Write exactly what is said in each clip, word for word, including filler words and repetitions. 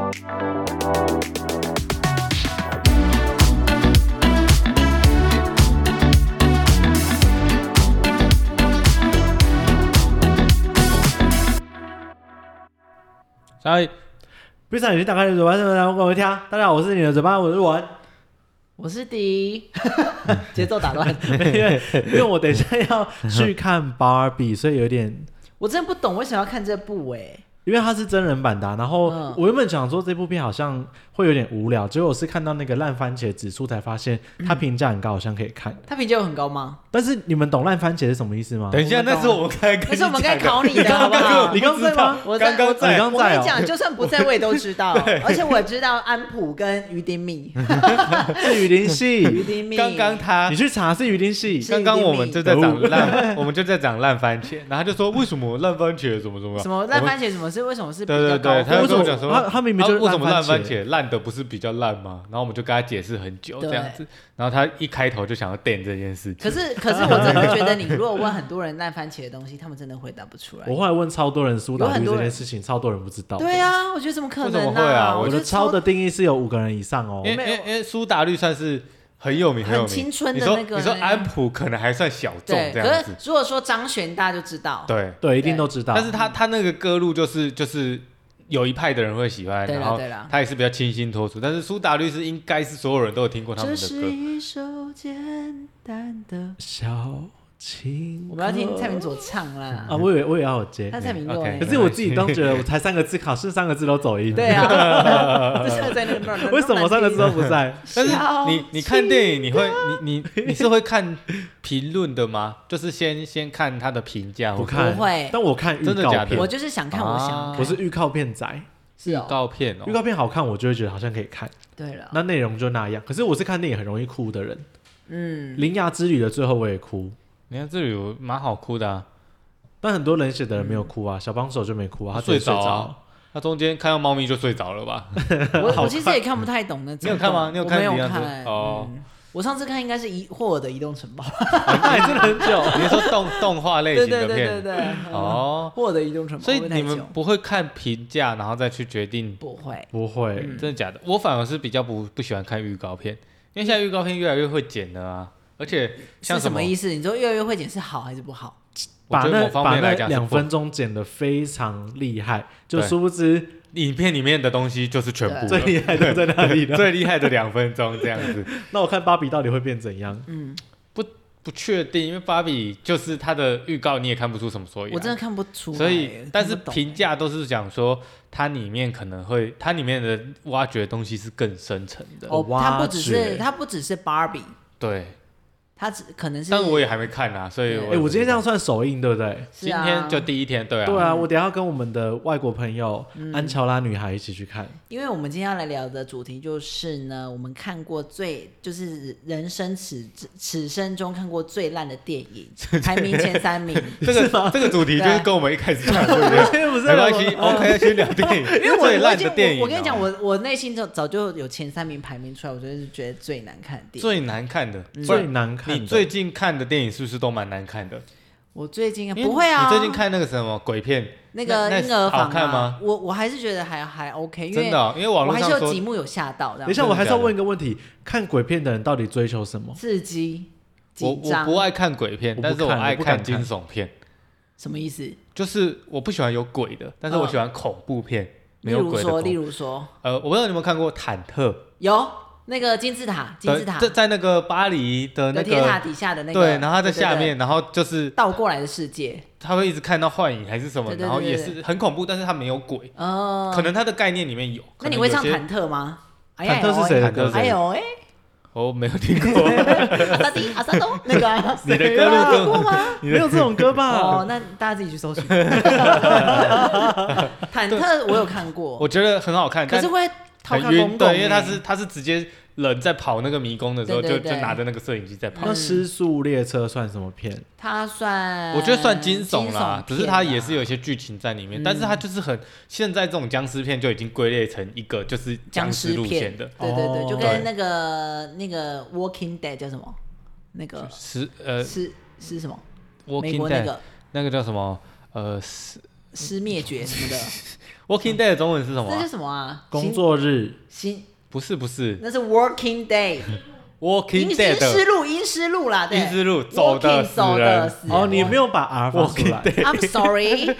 下一闭上眼睛，打开你的嘴巴，我会听。大家好，我是你的嘴巴，我是文， 我是迪，节奏打乱。 因为因为我等一下要去看芭比，所以有点， 我真的不懂为什么要看这部哎、欸。 因为它是真人版的、啊，然后我原本想说这部片好像会有点无聊，结果我是看到那个烂番茄指数才发现它评价很高，好像可以看。 它评价有很高吗？ 但是你们懂烂番茄是什么意思吗？ 等一下，那是我们刚才跟那是我们刚才考你的， 的，好不好？ 你刚在吗？ 我刚刚在， 你刚在、哦。 我跟你讲，就算不在我也都知道，而且我知道安普跟鱼丁蜜是鱼丁系， 鱼丁蜜。 刚刚他， 你去查是鱼丁系。 刚刚我们就在讲烂，我们就在讲烂番茄，然后他就说为什么烂番茄怎么怎么什么烂番茄什么是为什么是比较高？ 对对对，他就跟我讲说， 他他明明就是为什么烂番茄烂的不是比较烂吗？然后我们就跟他解释很久这样子，然后他一开头就想要电这件事情。 可是可是我真的觉得，你如果问很多人烂番茄的东西，他们真的回答不出来。 我后来问超多人苏打绿这件事情，超多人不知道。 对啊，我觉得怎么可能、啊？ 为什么会啊？ 我的超的定义是有五个人以上哦。 因为因为因为苏打绿算是很有名很有名， 很青春的那个。 你说你说安普可能还算小众这样子。 可是如果说张悬，大家就知道。 对对，一定都知道。 但是他他那个歌路就是就是有一派的人会喜欢，然后他也是比较清新脱俗。但是苏打绿是应该是所有人都有听过他们的歌。 这是一首简单的小情歌。 我们要听蔡明佐唱啦。 啊，我以为我以为要我接。 他蔡明佑、欸 okay, 可是我自己都觉得我才三个字，考试三个字都走音。 对啊，在那个为什么三个字都不在？ 但是你你看电影，你会你你你是会看评论的吗？就是先先看他的评价。 不看， 不会。 但我看预告片。 真的假的？ 我就是想看，我想看。 我是预告片仔。 是哦。 预告片哦。 预告片好看，我就会觉得好像可以看。 对了。 那内容就那样。可是我是看电影很容易哭的人。 嗯。 铃芽之旅的最后我也哭。 铃芽之旅蛮好哭的啊。 但很多冷血的人没有哭啊，嗯、小帮手就没哭啊，他睡着啊。他中间看到猫咪就睡着了吧？ 我我其实也看不太懂那。 你有看吗？你有看？ 我没有看。 哦、嗯。 我上次看应该是《霍尔的移动城堡》 那也真的很久。 你是说动动画类型的片？ 对对对对对。 哦， 霍尔的移动城堡。 所以你们不会看评价，然后再去决定？ 不会， 不会、 嗯，真的假的？我反而是比较不不喜欢看预告片，因为现在预告片越来越会剪了啊，而且像是什么意思？你说越来越会剪是好还是不好？ 把那把那两分钟剪得非常厉害，就殊不知。 影片里面的东西就是全部最厉害的在哪里呢？ 最厉害的两分钟这样子。 那我看芭比到底会变怎样？ 嗯， 不不确定，因为芭比就是它的预告你也看不出什么所以然， 我真的看不出来。 所以，但是评价都是讲说它里面可能会，它里面的挖掘的东西是更深层的。 哦，它不只是它不只是芭比， 对。 他只可能是， 但我也还没看啊，所以我、 欸、我今天这样算首映对不对？ 啊、 今天就第一天，对啊， 对啊，我等一下要跟我们的外国朋友、嗯、安乔拉女孩一起去看， 因为我们今天要来聊的主题就是呢，我们看过最就是人生此此生中看过最烂的电影，排名前三名。 这个这个主题就是跟我们一开始讲的不一样，没关系 ，OK， 先聊电影，因为最烂的电影、 哦我。我跟你讲，我我内心就早就有前三名排名出来，我就是觉得最难看的电影， 最难看的， 嗯、最难看的。 你最近看的电影是不是都蛮难看的？ 我最近不会啊， 你最近看那个什么鬼片， 那个婴儿房、啊、 好看吗？ 我我还是觉得还还 OK， 因为真的、哦，因为网络上我还是有几幕有吓到。 等一下，我还是要问一个问题：看鬼片的人到底追求什么？ 刺激、 我我不爱看鬼片，但是我爱看惊悚片。 什么意思？ 就是我不喜欢有鬼的，但是我喜欢恐怖片，嗯、没有鬼的恐怖。 例如说，例如说， 呃，我不知道你有没有看过《忐忑》？ 有。那个金字塔，金字塔在在那个巴黎的那个铁塔底下的那个， 对，然后他在下面， 对对对， 然后就是倒过来的世界， 他会一直看到幻影还是什么， 对对对对， 然后也是很恐怖，但是他没有鬼， 哦， 可能他的概念里面有。 那你会唱忐忑吗？ 忐忑是谁的歌？ 哎呦哎， 我没有听过。 阿萨迪阿萨东那个、啊， 你的歌路过吗？ 没有这种歌吧？ 哦，那大家自己去搜寻。忐忑我有看过， 我觉得很好看， 可是会很晕，对，因为他是他是直接。人在跑那个迷宫的时候， 对对对就就拿着那个摄影机在跑。 那《失速列车》算什么片？ 它算， 我觉得算惊悚啦， 只是它也是有一些剧情在里面，嗯、但是它就是很现在这种僵尸片就已经归类成一个就是僵尸路线的。 对对对，就跟那个那个《Walking Dead》叫什么？那个是呃是是什么 ？Walking Dead 美国那个那个叫什么？呃，尸尸灭绝什么的。 Working Day 的中文是什么、啊？ 这是什么啊？ 工作日。 新不是不是， 那是 Working Day。 Walking Dead 阴尸路，阴尸路啦，对， 阴尸路走的死人。 哦，你没有把 R 发出来。 I'm sorry，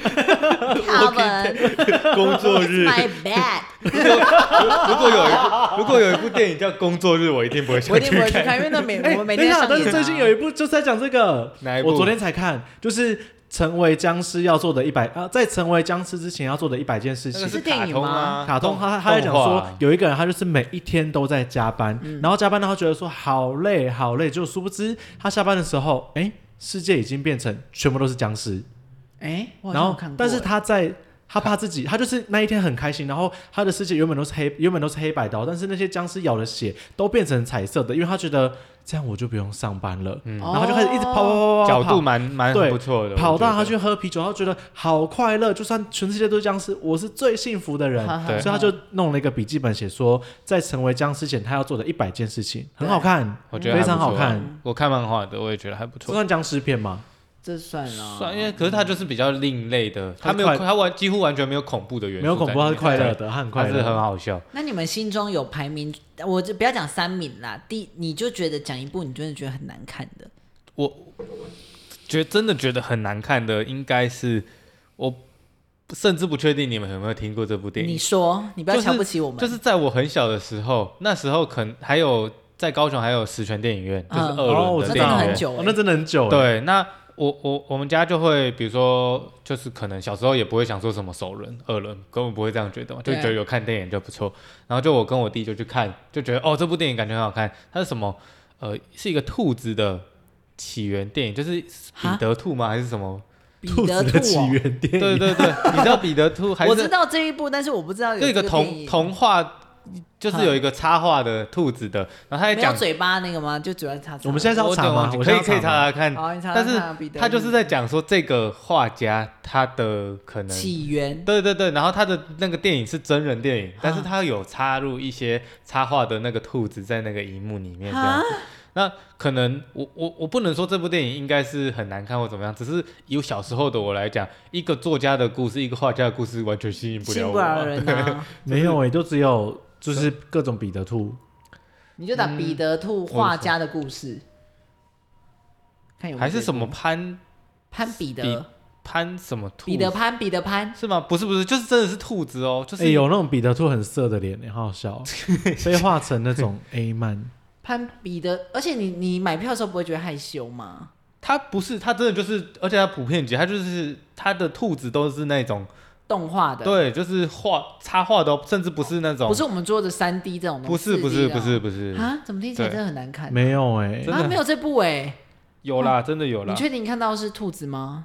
Calvin， 工作日 ，My bad 如果有一部，如果有一部电影叫《工作日》，我一定不会想去看。 我一定不会去看，因为那每我们每天上演、啊。 但是最近有一部就是在讲这个， 哪一部？ 我昨天才看，就是成为僵尸要做的一百啊，在成为僵尸之前要做的一百件事情。 那个是电影吗？ 卡通，他他在讲说，有一个人他就是每一天都在加班，嗯、然后加班他觉得说好累好累，就殊不知他下班的时候，哎，世界已经变成全部都是僵尸。 哎， 然后但是他在。他怕自己，他就是那一天很开心，然后他的世界原本都是黑，原本都是黑白刀，但是那些僵尸咬的血都变成彩色的，因为他觉得这样我就不用上班了，嗯、然后他就开始一直跑跑跑跑， 角度蛮蛮不错的， 跑到他去喝啤酒，他觉得好快乐，就算全世界都是僵尸，我是最幸福的人，所以他就弄了一个笔记本，写说在成为僵尸前他要做的一百件事情，很好看， 我觉得非常好看。 我看漫画的，我也觉得还不错。 这算僵尸片吗？ 这算啊， 算，因为可是他就是比较另类的，他没有，他完几乎完全没有恐怖的元素， 没有恐怖，他是快乐的，他很快乐， 他是很好笑。 那你们心中有排名？我就不要讲三名啦，第你就觉得讲一部你真的觉得很难看的， 我觉得真的觉得很难看的，应该是我甚至不确定你们有没有听过这部电影。 你说，你不要瞧不起我们。 就是、就是在我很小的时候，那时候可能还有在高雄还有十全电影院，嗯、就是二轮的电影院， 那真的很久、欸哦，那真的很久。 对，那。我我我们家就会，比如说，就是可能小时候也不会想说什么首轮、二轮，根本不会这样觉得嘛，就觉得有看电影就不错。然后就我跟我弟就去看，就觉得哦，这部电影感觉很好看。它是什么？呃，是一个兔子的起源电影，就是彼得兔吗？还是什么？ 兔子的起源电影。 对对对，你知道彼得兔还是？ 我知道这一部，但是我不知道有这个童童话。就是有一个插画的兔子的，然后他也讲没有嘴巴那个吗？就主要是他。 我们现在是要查吗？ 可以可以查查看。但是他就是在讲说这个画家他的可能起源。 对对对，然后他的那个电影是真人电影，但是他有插入一些插画的那个兔子在那个荧幕里面这样子。那可能我我我不能说这部电影应该是很难看或怎么样，只是以小时候的我来讲，一个作家的故事，一个画家的故事，完全吸引不了我。吸引不了人啊！ 没有诶，就只有。就是各种彼得兔， 你就打彼得兔画家的故事，嗯、看有没有还是什么潘潘彼得潘什么兔？ 彼得潘彼得潘是吗？不是不是，就是真的是兔子哦，就是、 欸、有那种彼得兔很色的脸，好好笑，被画成那种 A 漫。 潘彼得，而且你你买票的时候不会觉得害羞吗？ 他不是，他真的就是，而且他普遍级，他就是他的兔子都是那种。 动画的对，就是画插画的，甚至不是那种， 不是我们做的三 D 这种， 不是不是不是不是啊？怎么听起来真的很难看、啊？ 没有哎、 欸，啊没有这部哎、欸， 有啦，真的有啦。 你确定看到是兔子吗？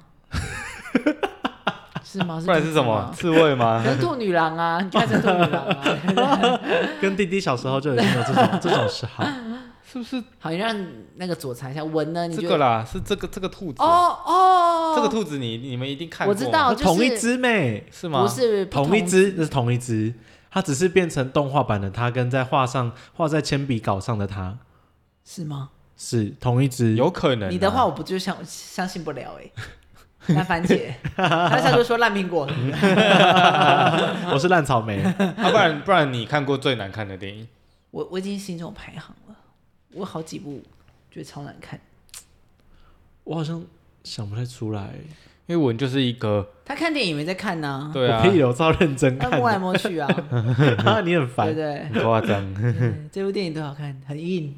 是吗？ 不然是什么？刺猬吗？ 可是兔女郎啊，你看成兔女郎啊。 跟弟弟小时候就已经有这种这种嗜好。 是不是？ 好，你让那个左查一下文呢？你这个啦，是这个这个兔子。 哦哦， 这个兔子你你们一定看过。 我知道，就是、 同一只妹是吗？ 不是同一只，那是同一只，它只是变成动画版的它，跟在画上画在铅笔稿上的它， 是吗？ 是同一只， 有可能、啊。 你的话我不就相相信不了哎、欸。烂番茄，他下就说烂苹果， 我是烂草莓。 啊、不然不然你看过最难看的电影？ 我我已经心中有排行了。我好几部觉得超难看， 我好像想不太出来， 因为文就是一个他看电影没在看呢、 啊，对啊， 我屁有超认真看， 他摸来摸去啊， 你很烦， 对对， 很夸张， 这部电影多好看，很硬，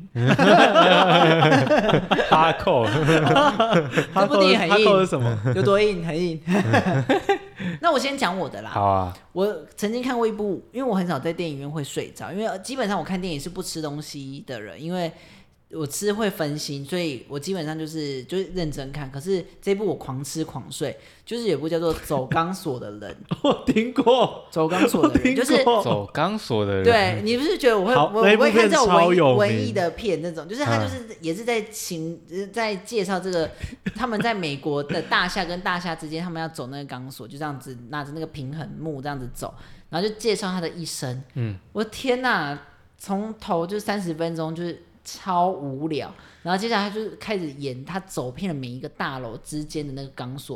哈扣， 这部电影很硬， 哈扣是什么？ 有多硬？很硬。那我先讲我的啦。 好啊。 我曾经看过一部，因为我很少在电影院会睡着，因为基本上我看电影是不吃东西的人，因为我吃会分心，所以我基本上就是就是认真看。可是这部我狂吃狂睡，就是有部叫做《走钢索的人》， 我听过， 走钢索的人就是走钢索的人。 对，你不是觉得我会我我会看这种文文艺的片那种，就是他就是也是在请在介绍这个他们在美国的大厦跟大厦之间，他们要走那个钢索，就这样子拿着那个平衡木这样子走，然后就介绍他的一生。嗯，我的天哪，从头就三十分钟就是。超无聊，然后接下来他就开始演他走遍了每一个大楼之间的那个钢索，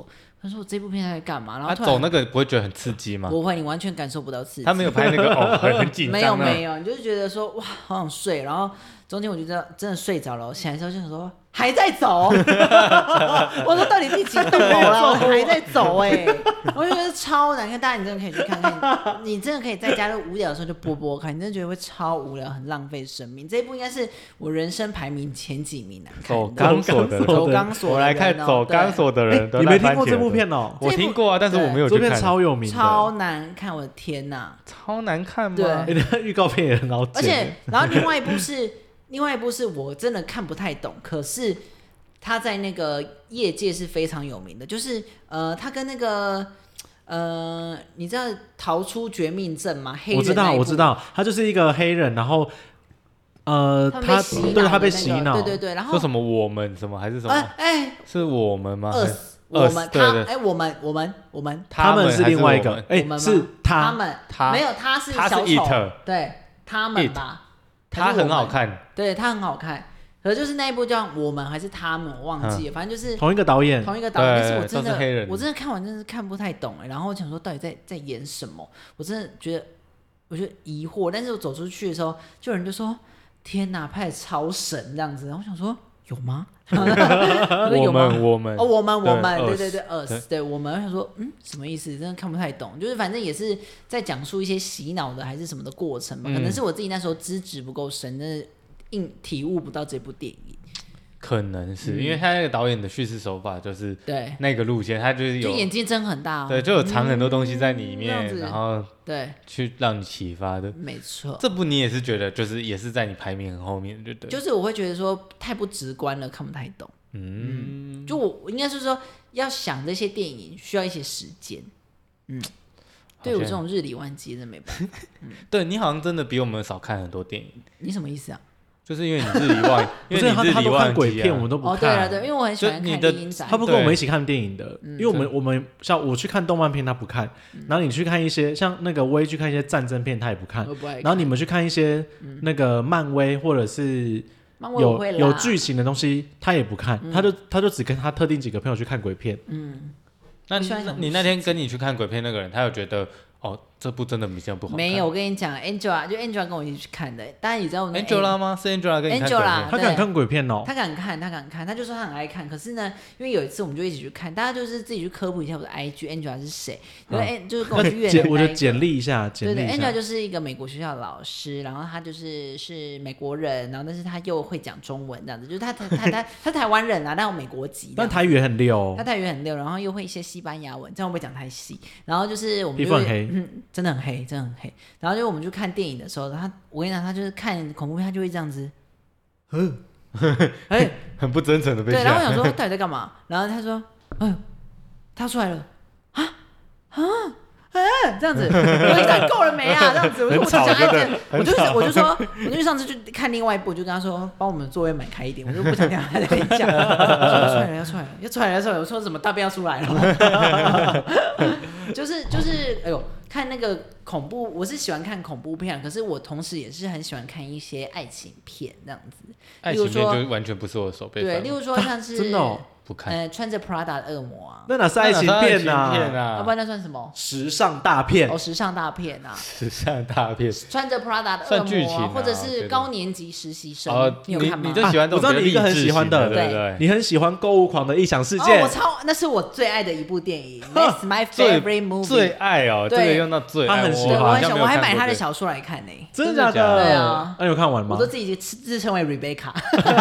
他说我这部片在干嘛？然后他走那个不会觉得很刺激吗？ 不会，你完全感受不到刺激。 他没有拍那个哦，很紧张。 没有没有，你就是觉得说哇，好想睡，然后中间我就真的真的睡着了，我醒来之后就想说还在走，我说到底第几栋楼了，还在走哎、欸，我就觉得超难看。大家你真的可以去看看，你真的可以在家无聊的时候就播播看，你真的觉得会超无聊，很浪费生命。这一部应该是我人生排名前几名难看的。 走钢索的， 走钢索， 我来看走钢索的人。 你没听过这部片哦？ 我听过啊，但是我没有去看。 这部片超有名的， 超难看，我的天哪， 超难看吗？ 对， 那预告片也很好剪。 而且，然后另外一部是。另外一部是我真的看不太懂，可是他在那个业界是非常有名的，就是呃，他跟那个呃，你知道逃出绝命镇吗？黑人我知道，我知道，他就是一个黑人，然后呃，他对他被洗脑， 对对对，然后说什么我们什么还是什么？哎、 欸， 是我们吗？ 饿死我们，他哎、欸，我们我们我们， 他们是另外一个，哎、欸，是他他们，他没有，他是小丑，对，他们吧。 他很好看， 对他很好看，可是就是那一部叫我们还是他们，我忘记了，嗯、反正就是同一个导演， 同一个导演。但是我真的， 我真的看完真的是看不太懂哎，然后我想说到底在在演什么，我真的觉得我觉得疑惑。但是我走出去的时候，就有人就说：“天哪，拍的超神这样子。”然后我想说有吗？ 我们我们哦，我们我们对对对 ，us 对我们，我想说嗯什么意思？真的看不太懂，就是反正也是在讲述一些洗脑的还是什么的过程嘛，嗯、可能是我自己那时候资质不够深，真的硬体悟不到这部电影。 可能是、嗯、因为他那个导演的叙事手法就是对那个路线，他就是有就眼睛睁很大、哦， 对，就有藏很多东西在里面， 嗯、 然后对去让你启发的。 没错， 这部你也是觉得就是也是在你排名很后面，对不对？ 就是我会觉得说太不直观了，看不太懂。嗯，嗯就我应该是说要想这些电影需要一些时间。嗯，对我这种日理万机真的没办法。嗯、 对你好像真的比我们少看很多电影。 你什么意思啊？ 就是因为你日理万，因为你日理万鬼片我们都不看。 哦，对了对，因为我很喜欢看电影展。 他不跟我们一起看电影的，因为我们我们像我去看动漫片他不看，然后你去看一些像那个威去看一些战争片他也不看，然后你们去看一些那个漫威或者是有有剧情的东西他也不看，他就他就只跟他特定几个朋友去看鬼片。 嗯， 那你那天跟你去看鬼片那个人，他有觉得？哦，这部真的比较不好看。 没有，我跟你讲 ，Angela 就 Angela 跟我一起去看的，当然你知道我 Angela 吗？是 Angela 跟你看鬼片 Angela， 他敢看鬼片哦， 他敢看，他敢看，他就说他很爱看。可是呢，因为有一次我们就一起去看，大家就是自己去科普一下我的 I G Angela 是谁，因为、嗯、就是跟我去越南、那個， 我就简历一下， 对对 ，Angela 就是一个美国学校的老师，然后他就是是美国人，然后但是他又会讲中文这样子，就是他他他他他台湾人啊，但有美国籍， 但台语很溜， 他台语很溜，然后又会一些西班牙文，这样会不会讲太细？然后就是我们就皮肤很黑， 嗯，真的很黑。真的很黑，然后就我们去看电影的时候，他我跟你讲，他就是看恐怖片，他就会这样子， 嗯，哎，很不真诚的被吓。 对，然后我想说到底在干嘛？然后他说，哎呦，他出来了，啊啊啊，这样子，我就讲够了没啊？这样子，我就我就讲哎，这我就我就说，我就上次去看另外一部，我就跟他说，帮我们座位买开一点，我就不想听他在跟你讲，要出来了，要出来了，要出来了，要出来了，我说什么大便要出来了，就是就是，哎呦。看那个恐怖，我是喜欢看恐怖片，可是我同时也是很喜欢看一些爱情片这样子。 爱情片就完全不是我的手背。 对，例如说像是、 啊、真的、哦、 不看， 呃，穿着 Prada 的恶魔啊， 那哪是爱情片啊？ 要、 啊、不然那算什么？ 时尚大片哦，时尚大片啊， 时尚大片， 穿着 Prada 的恶魔、啊，或者是高年级实习生， 哦、 你有看吗？ 你就喜欢这种、啊、 我知道你一个很喜欢的， 对对对， 你很喜欢购物狂的异想世界。 哦，我超，那是我最爱的一部电影 ，That's my favorite movie， 最爱哦，这个用到最爱， 他很喜欢， 我很喜欢，我还买他的小说来看呢、欸， 真的假的？ 对啊， 那、啊、有看完吗？ 我都自己自称为 Rebecca。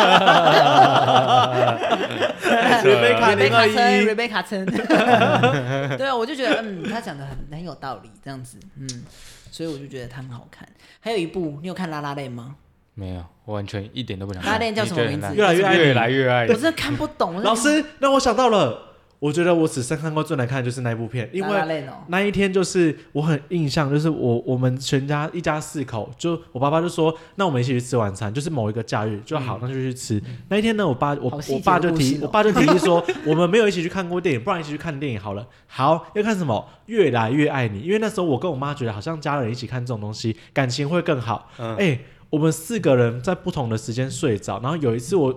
Rebecca 零二一 ，Rebecca 称，对啊，我就觉得嗯，他讲的很很有道理，这样子，嗯，所以我就觉得他很好看。还有一部，你有看《拉拉链》吗？ 没有，我完全一点都不想看。 拉拉链叫什么名字？ 越来越爱越来越爱你。 我真的看不懂。 老师，让我想到了。我觉得我此生看过最难看的就是那部片，因为那一天就是我很印象，就是我我们全家一家四口，就我爸爸就说，那我们一起去吃晚餐，就是某一个假日就好，嗯、那就去吃。嗯、那一天呢，我爸我我爸就提我爸就提议说，我们没有一起去看过电影，不然一起去看电影好了。好，要看什么？越来越爱你，因为那时候我跟我妈觉得好像家人一起看这种东西，感情会更好。哎、嗯。欸我们四个人在不同的时间睡着，然后有一次我我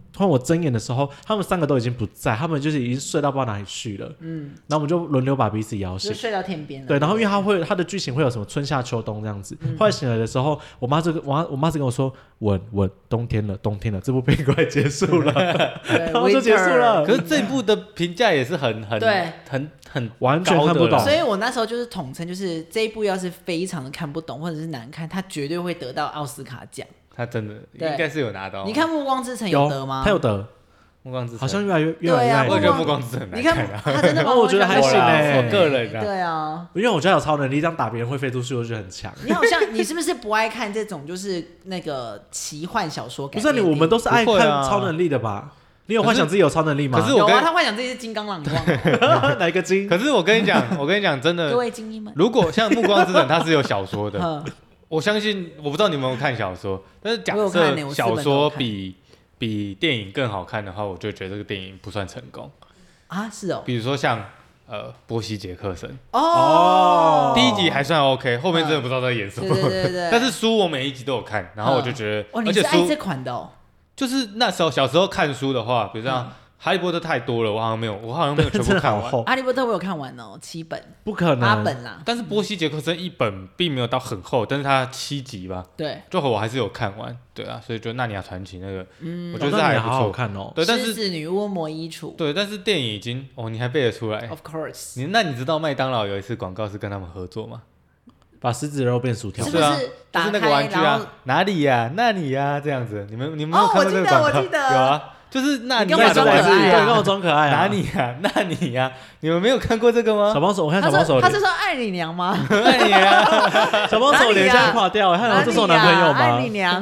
换我睁眼的时候，他们三个都已经不在，他们就是已经睡到不知道哪里去了。嗯，然后我们就轮流把彼此摇醒， 就睡到天边了。 对，然后因为他会他的剧情会有什么春夏秋冬这样子。嗯、后来醒来的时候，我妈就我妈我妈是跟我说：“稳稳，冬天了，冬天了，这部片快结束了。”然后就结束了。 可是这部的评价也是很很对很很完全看不懂， 所以我那时候就是统称，就是这一部要是非常的看不懂或者是难看，他绝对会得到奥斯卡奖。 他真的应该是有拿到。 你看《暮光之城》有得吗？ 他有得。 暮光之城好像越来越越来越爱， 我也觉得暮光之城很难看、啊、 你看他真的吗？ 我觉得还行哎、 欸，我个人啊， 对啊， 因为我觉得有超能力，这样打别人会飞出去，我觉得很强。 你好像你是不是不爱看这种就是那个奇幻小说改编？ 不是你，我们都是爱看超能力的吧？你有幻想自己有超能力吗？ 可是我有啊，他幻想自己是金刚狼，你忘了？ 哪一个金？ 可是我跟你讲，我跟你讲，真的， 各位精英们， 如果像暮光之城，它是有小说的，我相信，我不知道你们有没有看小说，但是假设小说比比电影更好看的话，我就觉得这个电影不算成功啊。是哦， 比如说像呃波西·杰克森哦， 第一集还算 OK， 后面真的不知道在演什么。 对对对对。 但是书我每一集都有看，然后我就觉得， 哦，你是爱这款的哦。 就是那时候小时候看书的话，比如像。哈利波特太多了，我好像没有，我好像没有全部看完。 哈利波特我有看完哦，七本， 不可能， 八本啦。 但是波西·杰克森一本并没有到很厚，但是他七集吧， 对， 就我还是有看完，对啊，所以就《纳尼亚传奇》那个， 嗯， 我觉得是还不错， 好好看哦。 对，但是狮子女巫魔衣橱， 对，但是电影已经，哦，你还背得出来 ？Of course。 你那你知道麦当劳有一次广告是跟他们合作吗？ 把狮子肉变薯条， 是不是？ 就是那个玩具啊，哪里呀？那里呀？这样子，你们你们有看过这个广告？ 我记得， 有啊。就是那你呀， 对，跟我装可爱啊！哪里呀？那你呀？你们没有看过这个吗？ 小帮手，我看小帮手， 他是说爱你娘吗？ 爱你啊！ 小帮手脸像垮掉，他说这是我男朋友吗？ 爱你娘！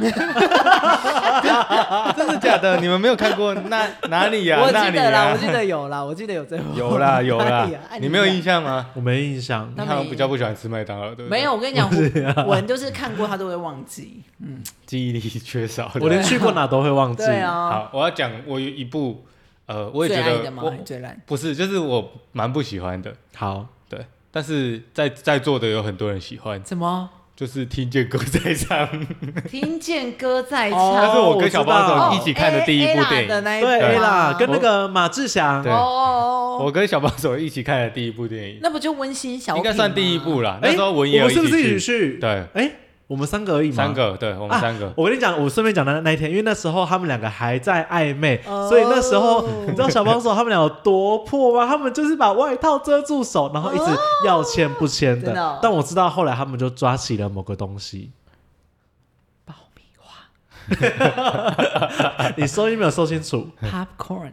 真的假的？你们没有看过那哪里呀？ 我记得啦，我记得有啦，我记得有这部。 有啦有啦，你没有印象吗？ 我没印象。 你好像比较不喜欢吃麦当劳，对不对？ 没有，我跟你讲，我就是看过他都会忘记，嗯， 记忆力缺少。 我连去过哪都会忘记。 对啊。 好，我要讲我有一部。呃，我也觉得我最烂不是，就是我蛮不喜欢的。 好， 对，但是在在座的有很多人喜欢。 什么？ 就是听见歌在唱。 听见歌在唱， 那是我跟小帮手一起看的第一部电影。 对 ，A 啦，跟那个马志祥。 对，我跟小帮手一起看的第一部电影。 那不就温馨小品吗？ 应该算第一部啦。那时候文也有一起去。 对， 哎。我们三个而已嘛， 三个，对我们三个、啊。 我跟你讲，我顺便讲的那一天，因为那时候他们两个还在暧昧，哦、所以那时候你知道小帮手他们俩有多破吗？他们就是把外套遮住手，然后一直要牵不牵的。 哦、 但我知道后来他们就抓起了某个东西， 爆米花。 你收音没有收清楚 ？Popcorn。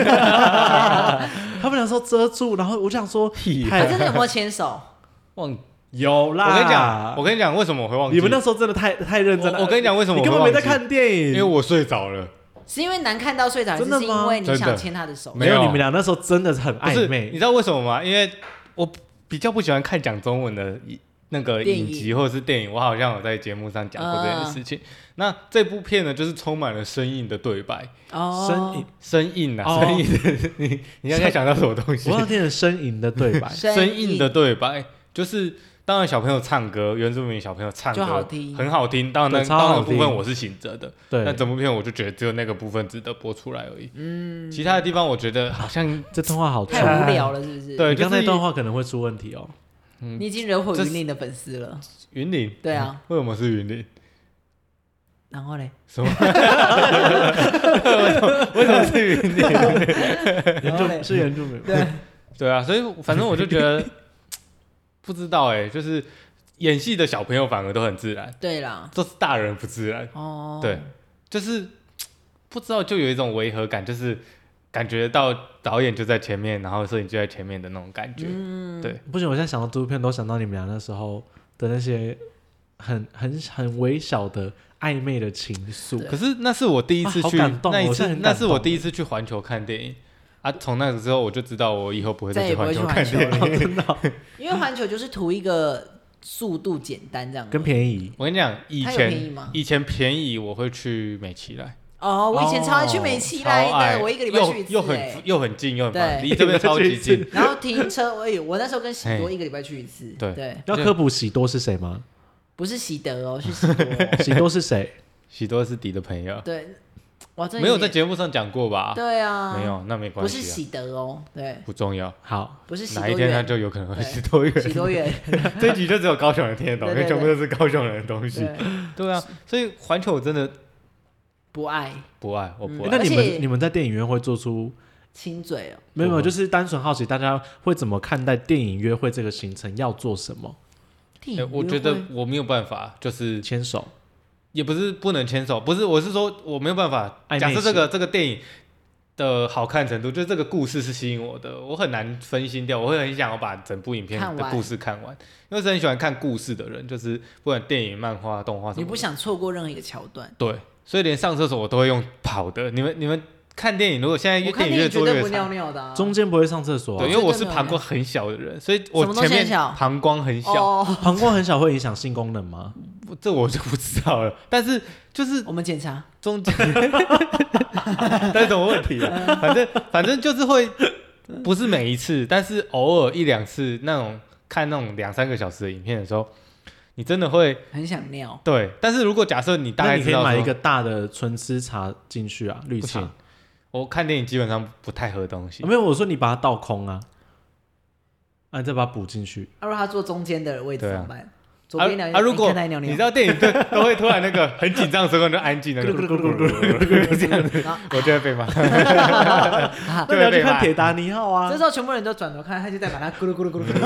他们俩说遮住，然后我就想说， 他真的有没有牵手？ 忘。 有啦， 我跟你讲，我跟你讲，为什么我会忘记？ 你们那时候真的太太认真了。 我, 我跟你讲，为什么我你根本没在看电影？ 因为我睡着了。 是因为难看到睡着，还是因为你想牵他的手？ 没有，你们俩那时候真的是很暧昧。 你知道为什么吗？因为我比较不喜欢看讲中文的那个影集或者是电影。我好像有在节目上讲过这件事情。嗯、那这部片呢，就是充满了生硬的对白。 哦， 生硬， 生硬啊，生硬的。你你应该想到什么东西？ 我要听生硬的对白， 生硬的对白就是。当然，小朋友唱歌，原住民小朋友唱歌好听很好听。当然，当然部分我是醒着的， 对。 但整部片我就觉得只有那个部分值得播出来而已。嗯，其他的地方我觉得好像这段话好太无聊了，是不是？ 对， 刚才段话可能会出问题哦。 嗯，你已经惹火云林的粉丝了。 云林？ 对啊。 为什么是云林？ 然后嘞？ 什么？为什么是云林？ 原住是原住民。 对。 对啊，所以反正我就觉得。不知道哎、欸，就是演戏的小朋友反而都很自然， 对啦， 都是大人不自然哦。对，就是不知道就有一种违和感，就是感觉到导演就在前面，然后摄影就在前面的那种感觉。嗯，对， 不行，我现在想到这部片，都想到你们俩那时候的那些很很很微小的暧昧的情愫。 可是那是我第一次去， 啊哦、 那一次那是我第一次去环球看电影。啊！从那个之后，我就知道我以后不会再去环球看电影， 真的。 因为环球就是图一个速度简单这样， 跟便宜。 我跟你讲，以前以前便宜我会去美琪来。 哦，我以前超爱去美琪来的，我一个礼拜去一次， 又很又很近，又很方，离这边超级近。 然后停车，我有我那时候跟喜多一个礼拜去一次。 对对。 要科普喜多是谁吗？ 不是喜德哦，是喜多。 喜多是谁？ 喜多是迪的朋友。 对。 哇， 没有在节目上讲过吧？ 对啊， 没有，那没关系、啊， 不是喜得哦，对， 不重要。 好， 不是喜多哪一天他就有可能会喜多远， 喜多远， 这一集就只有高雄人听得懂，因为全部都是高雄人的东西。 对, 对啊，所以环球我真的不爱， 不爱，我不爱。 嗯、那你们你们在电影院会做出亲嘴哦？ 没有没有，就是单纯好奇大家会怎么看待电影约会这个行程，要做什么？ 电影约会、 欸、我觉得我没有办法，就是牵手。 也不是不能牵手，不是，我是说我没有办法。假设这个这个电影的好看程度，就是这个故事是吸引我的，我很难分心掉，我会很想要把整部影片的故事看 完, 看完因为是很喜欢看故事的人，就是不管电影、漫画、动画什么的， 你不想错过任何一个桥段。 对，所以连上厕所我都会用跑的。你们你们看电影，如果现在电影越做越长， 不尿尿的、啊， 中间不会上厕所、啊。 对，因为我是膀胱很小的人，所以我前面膀胱很小， 哦、 膀胱很小会影响性功能吗？ 这我就不知道了，但是就是我们检查中间，但是什么问题啊？反正反正就是会，不是每一次，但是偶尔一两次那种看那种两三个小时的影片的时候，你真的会很想尿。 对，但是如果假设你大概知道， 那你可以买一个大的纯吃茶进去啊，绿茶。 我看电影基本上不太喝东西， 啊、没有，我说你把它倒空啊，啊，你再把它补进去。 啊，如果他坐中间的位置怎么办？左边尿啊，如果你, 你知道电影都都会突然那个很紧张的时候就安静的，这样子，我就会被骂。 那你要去看《铁达尼号》啊， 这时候全部人都转头看，他就在把它咕噜咕噜咕噜咕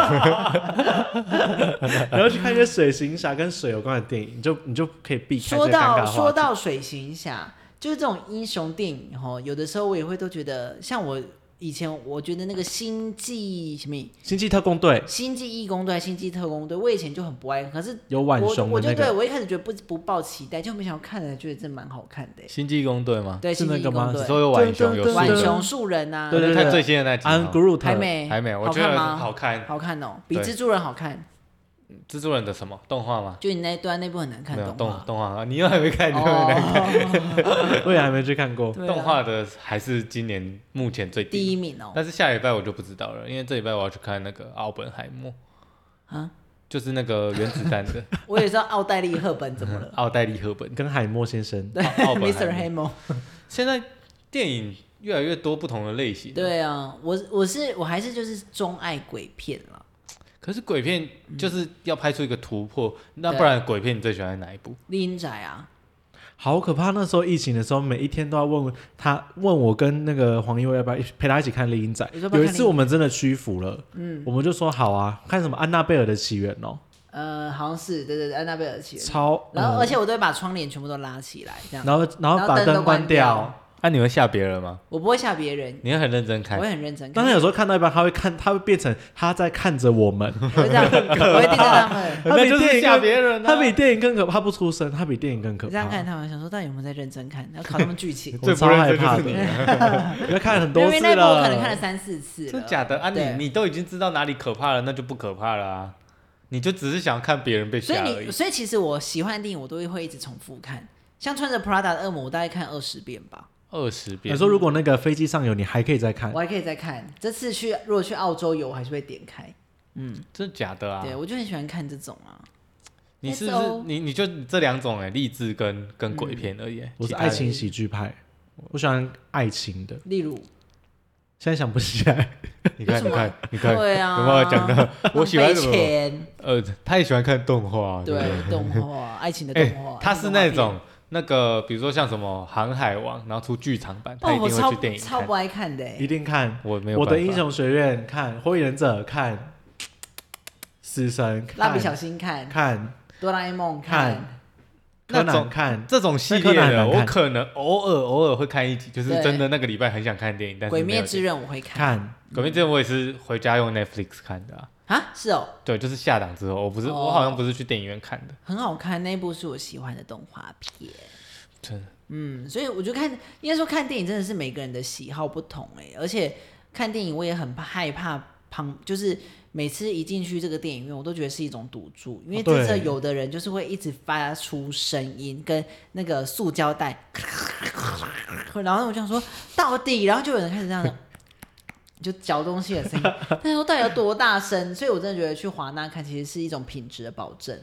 噜。然后去看一些水行侠跟水有关的电影，你就你就可以避开这个尴尬话题。 说到说到水行侠，就是这种英雄电影哈，有的时候我也会都觉得，像我。以前我觉得那个星际什么星际特工队、 星际义工队、星际特工队，我以前就很不爱，可是有浣熊的那个， 我就对我一开始觉得不不抱期待，就没想到看了觉得真蛮好看的。 星际义工队吗？ 对，星际义工队， 所有浣熊有浣熊树人啊， 对对对， 看最新的那集， 安格鲁特还没还没，我觉得好看， 好看哦，比蜘蛛人好看。 蜘蛛人的什么动画吗？ 就你那段那部很难看动画， 动动画，你又还没看，你又还没看， 我也还没去看过。 动画的还是今年目前最第一名哦。 但是下礼拜我就不知道了，因为这礼拜我要去看那个奥本海默啊，就是那个原子弹的。 我也知道奥黛丽·赫本怎么了？ 奥黛丽·赫本跟海默先生， 对 ，mister 海默。 现在电影越来越多不同的类型。 对啊，我我是我还是就是钟爱鬼片啦。 可是鬼片就是要拍出一个突破，嗯、那不然鬼片你最喜欢哪一部？ 丽英仔啊， 好可怕！那时候疫情的时候，每一天都要问他，问我跟那个黄一威要不要陪他一起看丽英仔。有一次我们真的屈服了，嗯，我们就说好啊，看什么安娜贝尔的起源哦。 呃，好像是，对对对，安娜贝尔的起源。 超， 然后、嗯、而且我都会把窗帘全部都拉起来，这样。 然后然后把灯关掉。 那、啊、你会吓别人吗？ 我不会吓别人， 你会很认真看， 我会很认真看。 但是有时候看到一半，他会看，他会变成他在看着我们， 我会这样，我会盯着他们。 他比电影吓别人、啊， 他比电影更可怕，他不出声，他比电影更可怕。 这样看他们，想说到底有没有在认真看？要考他们剧情， 我超害怕的。你要看很多次了， 因为那部我可能看了三四次了。 真假的啊你？你你都已经知道哪里可怕了，那就不可怕了啊！你就只是想看别人被吓而已。 所以你，所以其实我喜欢的电影，我都会一直重复看。像穿着 Prada 的恶魔，我大概看二十遍吧。 二十遍。 你说如果那个飞机上有，你还可以再看？ 我还可以再看。这次去如果去澳洲游，我还是会点开。嗯， 真的假的啊？ 对，我就很喜欢看这种啊。 你是不是你你就这两种哎，励志跟跟鬼片而已、嗯。 我是爱情喜剧派，我喜欢爱情的。 例如， 现在想不起来。 你看你看你看， 对啊， 有没有讲到？我喜欢什么？ 呃，他也喜欢看动画。 对，对动画，爱情的动画。 欸、他是那种。那个，比如说像什么《航海王》，然后出剧场版，他一定会去电影看。 超不爱看的， 一定看。 我没有。 我的英雄学院看，火影忍者看，死神看， 蜡笔小新看， 看哆啦 A 梦看， 柯南看， 这种系列的，我可能偶尔偶尔会看一集，就是真的那个礼拜很想看电影，但是。 鬼灭之刃我会看。 看鬼灭之刃我也是回家用 Netflix 看的啊。 啊，是哦。 对，就是下档之后，我不是、哦、我好像不是去电影院看的。 很好看，那一部是我喜欢的动画片。 真的。 嗯，所以我就看，应该说看电影真的是每个人的喜好不同哎、欸，而且看电影我也很害怕旁，就是每次一进去这个电影院，我都觉得是一种赌注，因为真的有的人就是会一直发出声音，跟那个塑胶袋，然后我就想说到底，然后就有人开始这样的。就嚼东西的声音，但是说到底有多大声？所以我真的觉得去华纳看其实是一种品质的保证啊。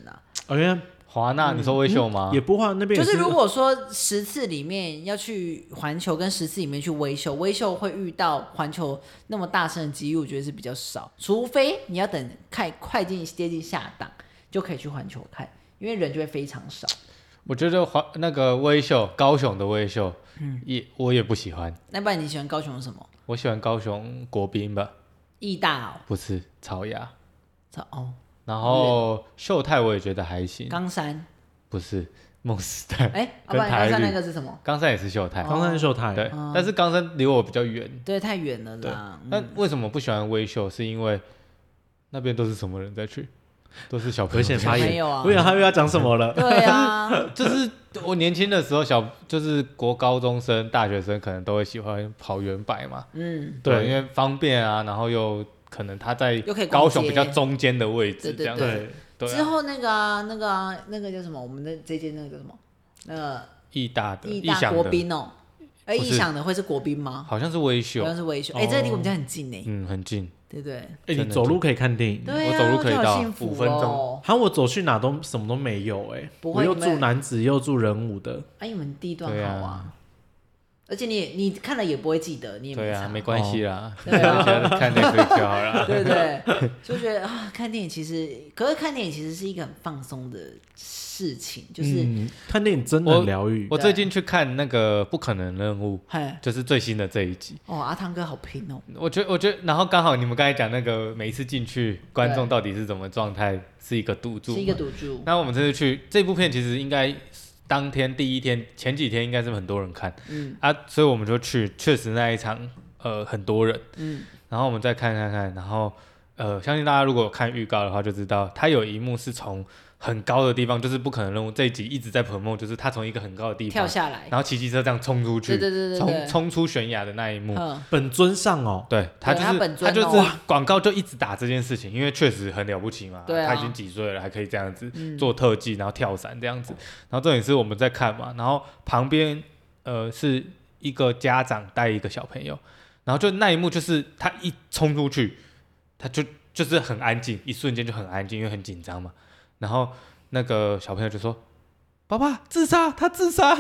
哦，因为华纳，你说威秀吗？ 也不华那边就是如果说十次里面要去环球跟十次里面去威秀，威秀会遇到环球那么大声的机遇，我觉得是比较少，除非你要等快快进接近下档就可以去环球看，因为人就会非常少。 我觉得华那个威秀，高雄的威秀，嗯，也我也不喜欢。 那不然你喜欢高雄什么？ 我喜欢高雄国宾吧。 义大哦， 不是草芽。 草哦。 然后秀泰我也觉得还行。 冈山。 不是梦时代。 哎，跟台绿。冈山那个是什么？ 冈山也是秀泰。 冈山是秀泰。 对，哦、但是冈山离我比较远。 对，太远了啦。 那、嗯、为什么不喜欢威秀？是因为那边都是什么人在去？都是小朋友。 危险发言。 没有啊。 我以为他又要讲什么了。 对啊。 就是我年轻的时候，小就是国高中生、大学生可能都会喜欢跑远百嘛。嗯。对，因为方便啊，然后又可能他在高雄比较中间的位置，这样子。 对。 对啊、 之后那个啊，那个啊，那个叫什么？我们的这间那个叫什么？那个义大的， 义大国宾哦。哎，义享的会是国宾吗？ 好像是威秀， 好像是威秀。哎、哦，这个离我们家很近呢。 嗯，很近， 对不对？ 哎，你走路可以看电影， 对啊、 我走路可以到五分钟。 好，我走去哪都什么都没有哎，我又住南子，又住仁武的。 哎，你们地段好啊。而且你你看了也不会记得，你也没对啊，没关系啦， 对啊， 看 Netflix 就好了， 对不对？就覺得啊，看电影其实，可是看电影其实是一个很放松的事情，就是、 嗯、看电影真的很疗愈。 我最近去看那个《不可能任务》，就是最新的这一集。 哦，阿汤哥好拼哦！ 我觉得，我觉得，然后刚好你们刚才讲那个每一次进去，观众到底是怎么状态，是一个赌注， 是一个赌注。 那我们这次去这部片，其实应该。当天第一天前几天应该是很多人看，嗯啊，所以我们就去，确实那一场呃很多人，嗯，然后我们再看看看，然后呃相信大家如果有看预告的话就知道，它有一幕是从很高的地方，就是不可能任务这一集一直在 promote， 就是他从一个很高的地方跳下来， 然后骑机车这样冲出去， 对对对对， 冲冲出悬崖的那一幕， 本尊上哦， 对他就是他, 他就是广告就一直打这件事情，因为确实很了不起嘛， 对啊、 他已经几岁了还可以这样子、嗯、做特技，然后跳伞这样子，然后重点是我们在看嘛，然后旁边呃是一个家长带一个小朋友，然后就那一幕就是他一冲出去，他就就是很安静，一瞬间就很安静，因为很紧张嘛，然后。那个小朋友就说：“爸爸自杀，他自杀。”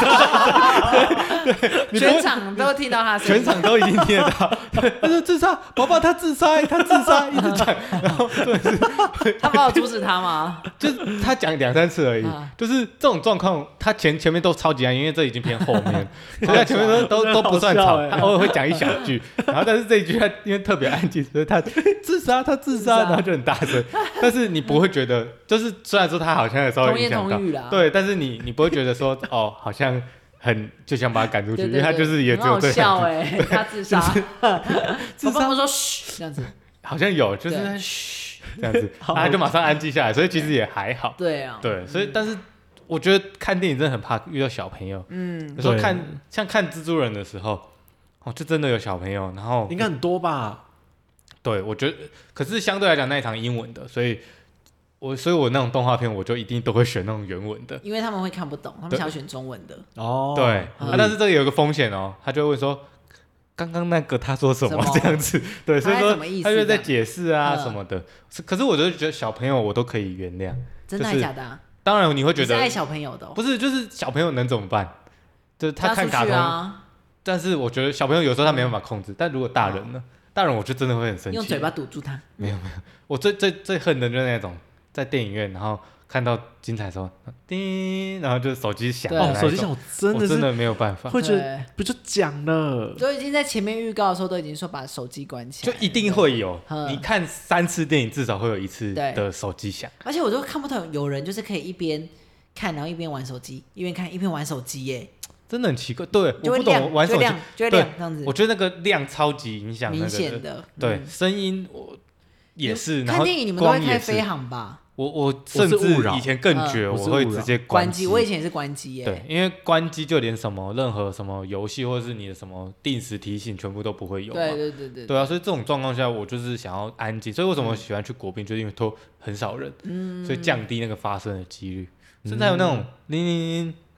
全场都听到他声音，全场都已经听得到。他说：“自杀，爸爸他自杀，他自杀。”一直讲，然后就是他没有阻止他吗？ 就是他讲两三次而已。啊、就是这种状况，他前前面都超级安，因为这已经偏后面，所以他前面都都都不算吵，他偶尔会讲一小句，然后但是这一句他因为特别安静，所以他自杀，他自杀，然后就很大声。但是你不会觉得，就是虽然说他好像有时候影响到，对，但是你你不会觉得说哦，好像很就想把他赶出去， 对对对， 因为他就是也只有这样子。哎、欸，他自杀， 自杀我说嘘这样子， 好像有，就是嘘这样子，他就马上安静下来，所以其实也还好。 对啊， 对，所以但是我觉得看电影真的很怕遇到小朋友，嗯，有时候看像看蜘蛛人的时候，哦，就真的有小朋友，然后应该很多吧。 对，我觉得，可是相对来讲那一场英文的，所以我所以我那种动画片我就一定都会选那种原文的， 因为他们会看不懂，他们想要选中文的。 哦，对、嗯啊，但是这个有一个风险哦，他就会说刚刚那个他说什么这样子，对，所以说他就在解释啊什么的。嗯、可是我就觉得小朋友我都可以原谅， 真的还假的、啊？ 当然你会觉得你是爱小朋友的、哦， 不是，就是小朋友能怎么办？就是他看卡通， 啊、 但是我觉得小朋友有时候他没办法控制，嗯、但如果大人呢？大人我就真的会很生气， 用嘴巴堵住他。 没有没有，我最最最恨的就是那种在电影院，然后看到精彩的时候，叮，然后就手机响， 哦，手机响，我真的是我真的没有办法， 会觉得不就讲了， 都已经在前面预告的时候都已经说把手机关起来， 就一定会有，你看三次电影至少会有一次的手机响， 而且我都看不懂有人就是可以一边看然后一边玩手机，一边看一边玩手机耶。 真的很奇怪，对，我不懂玩手机， 就会亮这样子。 我觉得那个亮超级影响那个明显的， 对，声音我也是。 看电影你们都会开飞航吧？ 我我甚至以前更绝，我会直接关机。我以前也是关机耶。 对，因为关机就连什么任何什么游戏或者是你的什么定时提醒全部都不会有嘛。 对对对对。 对啊，所以这种状况下，我就是想要安静。所以为什么我喜欢去国宾，就是因为都很少人，所以降低那个发生的几率。甚至还有那种铃铃铃。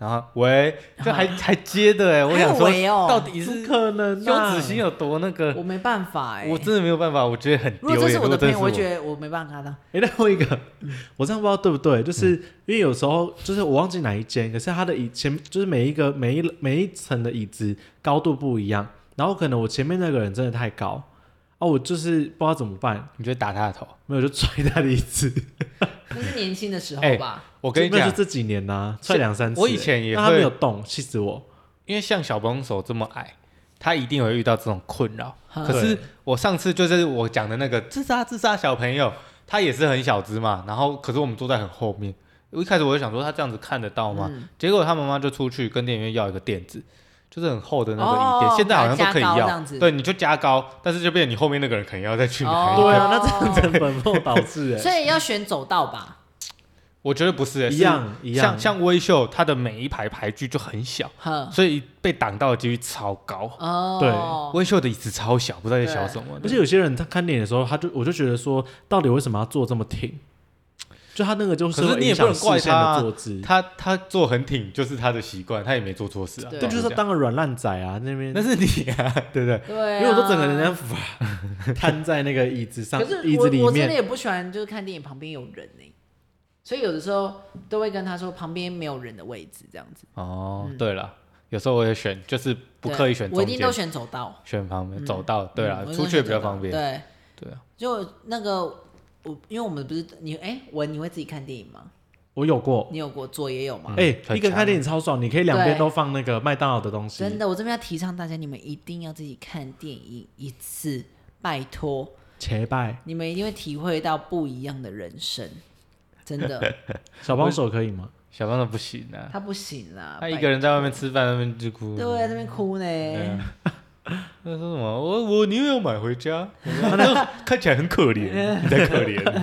然后喂，就还还接的哎，我想说到底是可能羞耻心有多那个， 我没办法哎， 我真的没有办法，我觉得很丢脸。如果这是我的朋友， 我会觉得我没办法跟他。 哎，那我一个，我这样不知道对不对，就是因为有时候就是我忘记哪一间，可是他的椅前就是每一个每一每一层的椅子高度不一样，然后可能我前面那个人真的太高。哦，我就是不知道怎么办， 你就打他的头？ 没有，就踹他的椅子。 那是年轻的时候吧？ 欸、我跟你讲， 就这几年呐、啊，踹两三次。 我以前也会， 他没有动，气死我。 因为像小帮手这么矮，他一定会遇到这种困扰。可是我上次就是我讲的那个自杀自杀小朋友，他也是很小只嘛，然后可是我们坐在很后面。一开始我就想说他这样子看得到吗？嗯、结果他妈妈就出去跟店员要一个垫子。就是很厚的那个椅垫，哦、现在好像都可以要，对，你就加高，但是就变成你后面那个人可能要再去拿、 哦。对啊，那这样子本末倒置哎。 所以要选走道吧？ 我觉得不是、欸， 一样一样。 像像威秀，它的每一排排距就很小，所以被挡到的几率超高。 哦， 对，威秀的椅子超小，不知道在小什么。 而且有些人他看电影的时候，他就我就觉得说，到底为什么要坐这么挺？就他那个就是会影响视线的坐姿， 他他坐很挺就是他的习惯，他也没做错事啊。 对，就是当个软烂仔啊，那边那是你啊，对不对？ 对、啊， 因为我都整个人这样瘫在那个椅子上，椅子里面。 我真的也不喜欢，就是看电影旁边有人呢、欸，所以有的时候都会跟他说旁边没有人的位置这样子。 哦，嗯、对了，有时候我也选，就是不刻意选中间， 我一定都选走道， 选旁边、嗯、走道，对啦、嗯，出去也比较方便。 对对啊， 就那个。我因为我们不是你哎，我你会自己看电影吗？ 我有过， 你有过，做也有吗？ 哎、嗯，一个人看电影超爽，你可以两边都放那个麦当劳的东西。 真的，我这边要提倡大家，你们一定要自己看电影一次，拜托。 切拜， 你们一定会体会到不一样的人生，真的。 小帮手可以吗？ 小帮手不行啊， 他不行啦， 他一个人在外面吃饭，那边就哭。 对，在那边哭呢。 他说什么？我我宁愿买回家，看起来很可怜，你才可怜。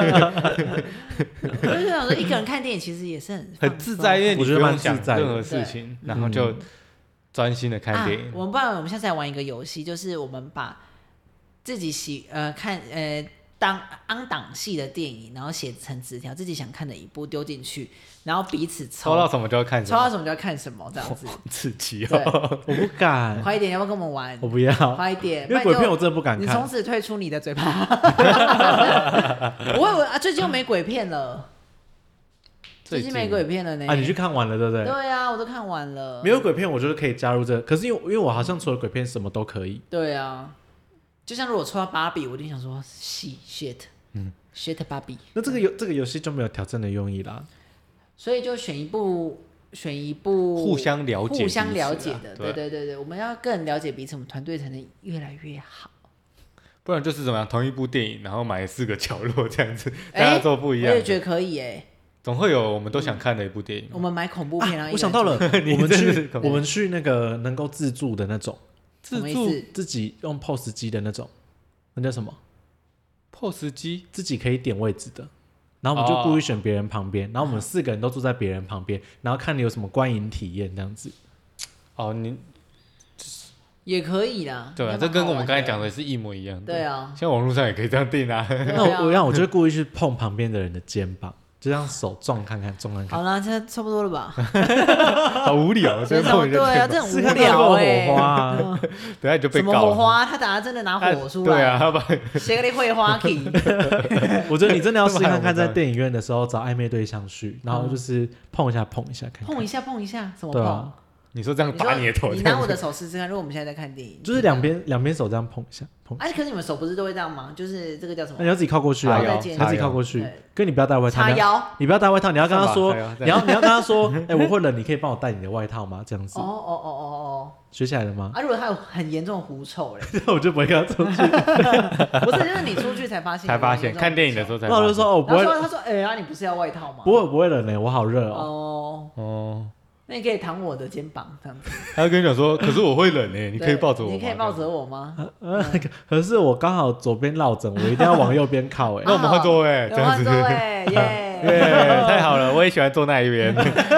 我就想说，一个人看电影其实也是很很自在，因为你不用想任何事情，然后就专心的看电影。 啊、我们不然我们下次来玩一个游戏，就是我们把自己喜呃看呃当昂档系的电影，然后写成纸条，自己想看的一部丢进去，然后彼此抽， 抽到什么就要看什么， 抽到什么就要看什么，这样子。 刺激哦！ 我不敢， 快一点，要不要跟我们玩？ 我不要， 快一点， 因为鬼片我真的不敢看。 你从此退出你的嘴巴。我以为啊，最近又没鬼片了。最近没鬼片了呢。 啊，你去看完了对不对？ 对啊，我都看完了。 没有鬼片，我觉得可以加入这个。可是因为因为我好像除了鬼片什么都可以。 对啊。就像如果抽到芭比，我一定想说，shit shit， 嗯 ，shit 芭比。 那这个游这个游戏就没有挑战的用意啦。 所以就选一部，选一部互相了解、 互相了解的， 对对对对，我们要更了解彼此，我们团队才能越来越好。 不然就是怎么样，同一部电影，然后买四个角落这样子，大家做不一样。 我也觉得可以哎。 总会有我们都想看的一部电影。 我们买恐怖片啊！ 我想到了，我们去我们去那个能够自助的那种。 自助自己用 P O S 机的那种，那叫什么 ？P O S 机自己可以点位置的，然后我们就故意选别人旁边， oh. 然后我们四个人都坐在别人旁边，然后看你有什么观影体验这样子。 哦，你也可以啦。 对啊，这跟我们刚才讲的是一模一样的。 对啊， 像网络上也可以这样定啊。 那我我让我就故意去碰旁边的人的肩膀。就这样手撞看看，撞看看。 好了，现在差不多了吧？ 好无聊，这样对啊，这很无聊哎、欸。 火花、啊， 等下你就被告了。 什么火花？他等下真的拿火出来。 对啊，他把写个你会花体。 我觉得你真的要试看看，在电影院的时候找暧昧对象去，然后就是碰一下碰一下看看。 碰一下碰一下，怎么碰？啊、 你说这样打你的头？ 你拿我的手试试看。如果我们现在在看电影， 就是两边两边手这样碰一下。 而且、啊、可是你们手不是都会这样吗？就是这个叫什么？ 你要自己靠过去啊！你要自己靠过去。跟你不要带外套。 叉腰。 你不要带外套，你要跟他说，你要你要跟他说，哎、欸，我会冷，你可以帮我带你的外套吗？这样子。 哦哦哦哦哦。 学起来了吗？ 啊，如果他有很严重的狐臭嘞， 我就不会跟他出去。 不是，就是你出去才发现。 才发现，看电影的时候才发现。 那我就说，哦，不会。 他说，哎、欸，啊，你不是要外套吗？ 不会，不会冷嘞，我好热哦。哦。哦。那你可以躺我的肩膀这样子。 他跟你讲说，可是我会冷诶，你可以抱着我吗？ 你可以抱着我吗？ 呃，可是我刚好左边落枕，我一定要往右边靠诶。 那我们换座位，这样子。 换座位，耶！ 耶，太好了，我也喜欢坐那一边。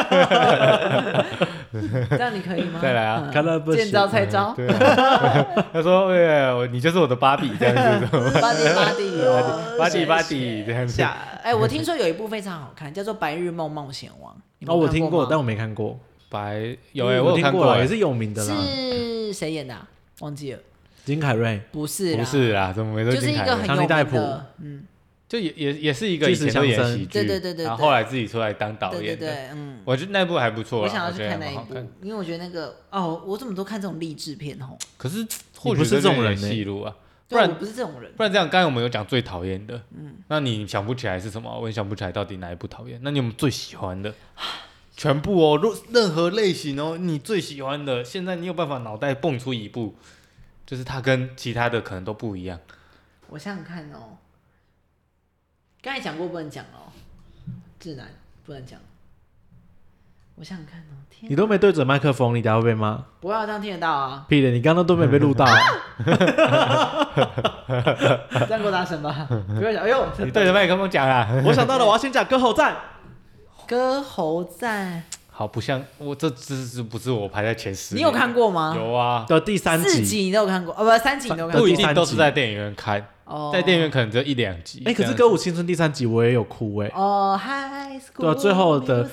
这样你可以吗？ 再来啊， 见招拆招。 对啊。他说：“哎，你就是我的芭比这样子。” 芭比芭比芭比芭比这样子。 哎，我听说有一部非常好看，叫做《白日梦冒险王》。 哦，我听过，但我没看过。 白有哎、欸， 我有看过、欸， 也是有名的啦。 是谁演的、啊？忘记了。 金凯瑞？ 不是啦， 不是啦，怎么没说金凯瑞？ 就是一个很有名的，嗯， 就也也也是一个以前都演喜剧， 对对对对， 然后后来自己出来当导演的， 对对对，嗯， 我觉得那部还不错啦， 我想要去看那一部，因为我觉得那个哦，我怎么都看这种励志片吼。 可是或许不是这种人戏路啊。不然我不是这种人， 不然这样，刚才我们有讲最讨厌的，嗯，那你想不起来是什么？我也想不起来到底哪一部讨厌。那你有没有最喜欢的？全部哦，任何类型哦，你最喜欢的，现在你有办法脑袋蹦出一部，就是它跟其他的可能都不一样。 我想想看哦，刚才讲过不能讲哦，智男不能讲。我想想看哦，天， 你都没对准麦克风，你等下会被骂。 不要这样听得到啊！ 屁的，你刚刚都没被录到。 这样够大声吧？不要讲，哎呦， 你对着麦克风讲啦。 我想到了，我要先讲歌喉战。 歌喉战， 好，不像我这这这不是我排在前十。 你有看过吗？ 有啊， 的第三集、 四集你都有看过，哦不，三集你都有看过， 不一定都是在电影院看。 哦， 在电影院可能只有一两集。 哎、欸，可是《歌舞青春》第三集我也有哭哎、欸。 哦 ，High School。 对啊，最后的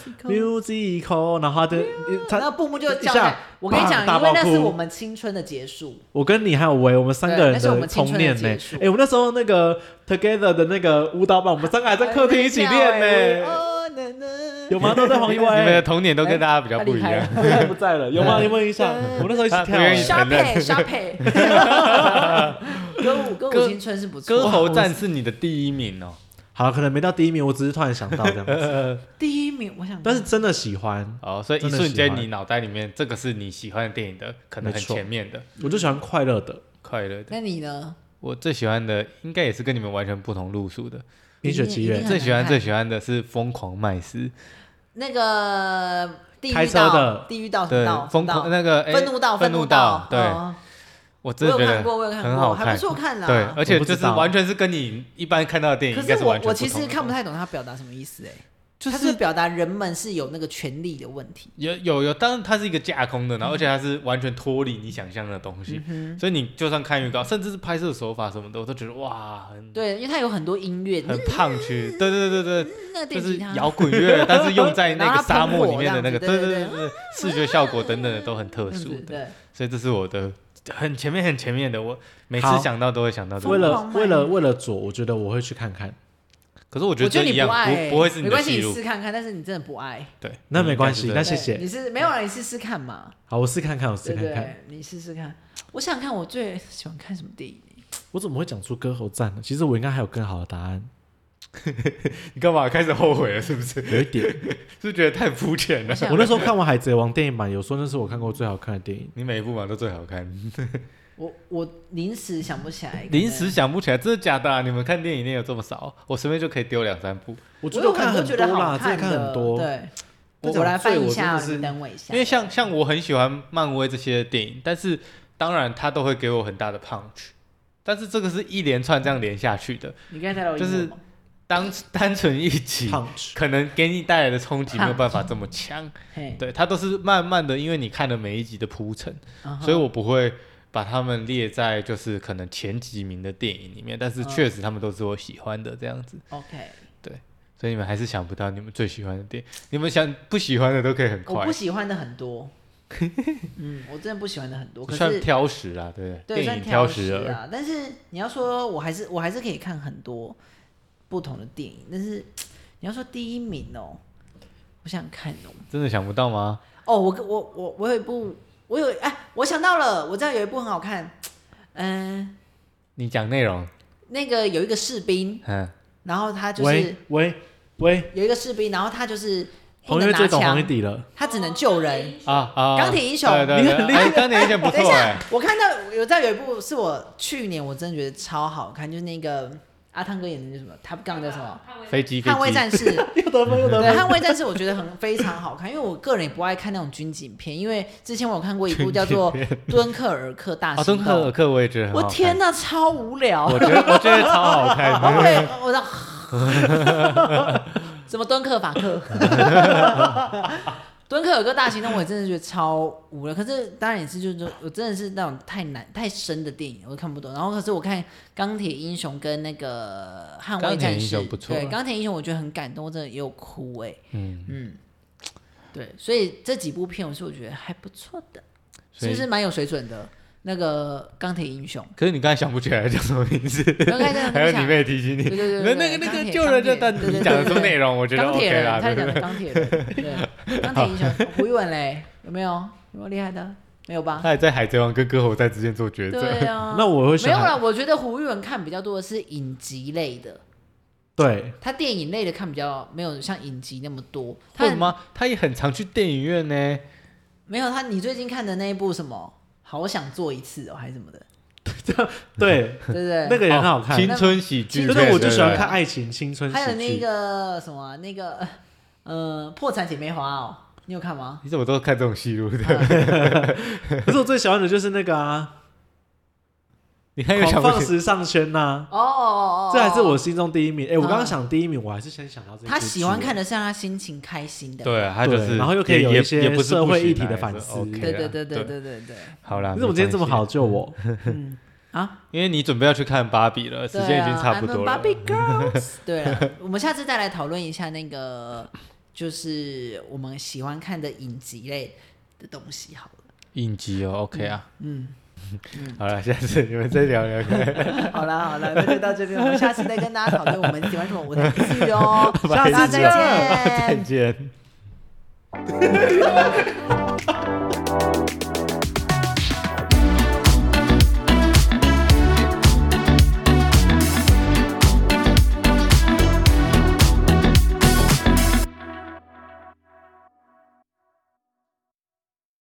musical， 然后他的他那布幕就叫他，我跟你讲，因为那是我们青春的结束。 我跟你还有维，我们三个人的童年呢、欸。哎、欸，我们那时候那个 Together 的那个舞蹈版，我们三个还在客厅一起练呢、欸。有吗？都在黄一威。 你们的童年都跟大家比较不一样。 他现在不在了，有吗？有没有印象？我们那时候一起跳。 沙配沙配。歌舞歌舞青春是不错。 歌喉战是你的第一名哦。 好了，可能没到第一名，我只是突然想到这样子。 第一名，我想， 但是真的喜欢哦，所以一瞬间你脑袋里面这个是你喜欢的电影的，可能很前面的。 我就喜欢快乐的， 快乐的。 那你呢？ 我最喜欢的应该也是跟你们完全不同路数的。 冰雪奇缘最喜欢最喜欢的是疯狂麦斯。 那个地狱开车的地狱道对，疯狂那个愤怒道愤怒道，对。 我真的觉得很好看， 还不错看啦。 对，而且就是完全是跟你一般看到的电影应该是完全不同的。 我其实看不太懂他表达什么意思哎，就是他是表达人们是有那个权利的问题。 有有有，当然它是一个架空的，然后而且它是完全脱离你想象的东西，嗯、所以你就算看预告，甚至是拍摄手法什么的，我都觉得哇，很对，因为它有很多音乐， 很胖去，对对对对对， 那个就是摇滚乐，但是用在那个沙漠里面的那个，对对对对，视觉效果等等的都很特殊的，对，所以这是我的。很前面很前面的，我每次想到都会想到这个。 为了为了为了左，我觉得我会去看看。 可是我觉得这一样，不不会是你的戏路。 没关系，你试看看，但是你真的不爱。 对， 那没关系，那谢谢。 你是没有人，你试试看嘛。 好，我试看看，我试看看。 你试试看。我想看我最喜欢看什么电影。 我怎么会讲出歌喉战呢？其实我应该还有更好的答案。 你干嘛开始后悔了？是不是？ 有一点， 是不是觉得太肤浅了？ 我那时候看完《海贼王》电影版，有说那是我看过最好看的电影。 你每一部版都最好看。 我我临时想不起来， 临时想不起来，真的假的、啊？你们看电影店有这么少？我随便就可以丢两三部。 我觉得我看很多啦，真的看很多。 对，我我来翻一下，你等我一下。 因为像像我很喜欢漫威这些电影，但是当然它都会给我很大的 punch， 但是这个是一连串这样连下去的。 你刚才在就是当单纯一集，可能给你带来的冲击没有办法这么强。对，它都是慢慢的，因为你看了每一集的铺陈， uh-huh. 所以我不会把他们列在就是可能前几名的电影里面，但是确实他们都是我喜欢的这样子。 OK， 对，所以你们还是想不到你们最喜欢的电影，你们想不喜欢的都可以很快。 我不喜欢的很多，嗯，我真的不喜欢的很多，可是算挑食啦，对不对？ 对， 电影挑食啊。但是你要说我还是我还是可以看很多不同的电影，但是你要说第一名哦，我想看哦， 真的想不到吗？ 哦，我我我我有一部。我有哎，我想到了，我知道有一部很好看，嗯、呃， 你讲内容， 那个有一个士兵，嗯，然后他就是喂喂喂， 有一个士兵，然后他就是黄月最懂黄月底了， 他只能救人啊啊！ 钢铁英雄， 对对对，你很厉害，钢铁英雄不错。 等一下，我看到有在有一部是我去年我真的觉得超好看，就是那个阿汤哥演的那什么 Top Gun 叫什么？ 飞机捍卫战士， 又得分又得分。 对，捍卫战士我觉得很非常好看，因为我个人也不爱看那种军警片，因为之前我有看过一部叫做《敦刻尔克大行动》， 敦刻尔克我也觉得很好看。 我天哪，超无聊。 我觉得我觉得超好看。 对，我的什么敦刻法克？敦刻尔克大行动我也真的觉得超无聊，可是当然也是就是我真的是那种太难太深的电影我都看不懂，然后可是我看钢铁英雄跟那个捍卫战士，对钢铁英雄我觉得很感动，我真的也有哭哎、欸，嗯嗯， 对，所以这几部片我是我觉得还不错的，是不是蛮有水准的？那个钢铁英雄， 可是你刚才想不起来叫什么名字，还有你妹提醒你， 对对对， 那个那个救人就但你讲的什么内容，我觉得 OK 啦。 他讲的钢铁人，对，钢铁英雄，胡一文嘞，有没有？有没有厉害的？没有吧？ 他也在海贼王跟歌喉战之间做抉择。 对啊， 那我会想没有啦，我觉得胡一文看比较多的是影集类的。 对， 他电影类的看比较没有像影集那么多。 为什么？他也很常去电影院呢。 没有他，你最近看的那一部什么？好想做一次哦，还是什么的？ 对对对， 那个也很好看， 青春喜剧。 就是我就喜欢看爱情青春喜剧。 还有那个什么那个呃破产姐妹花哦，你有看吗？ 你怎么都看这种戏路的？ 可是我最喜欢的就是那个啊。 你还有狂放时尚圈呐、 啊？哦哦哦， 这还是我心中第一名。哎、欸，我刚刚想第一名，我还是先想到这。 他喜欢看的是让他心情开心的， 对，他就是， 然后又可以有一些社会议题的反思。 对对对对对对对。 好啦， 你怎么今天这么好救我？ 嗯啊， 因为你准备要去看芭比了，时间已经差不多了。 芭比 girls， 对了，我们下次再来讨论一下那个，就是我们喜欢看的影集类的东西好了。 影集哦 ，OK 啊， 嗯。 嗯、好了，下次你们再聊聊看。 好了好了，那就到这边，我们下次再跟大家讨论我们喜欢什么舞台剧哦。下次再见， 再见。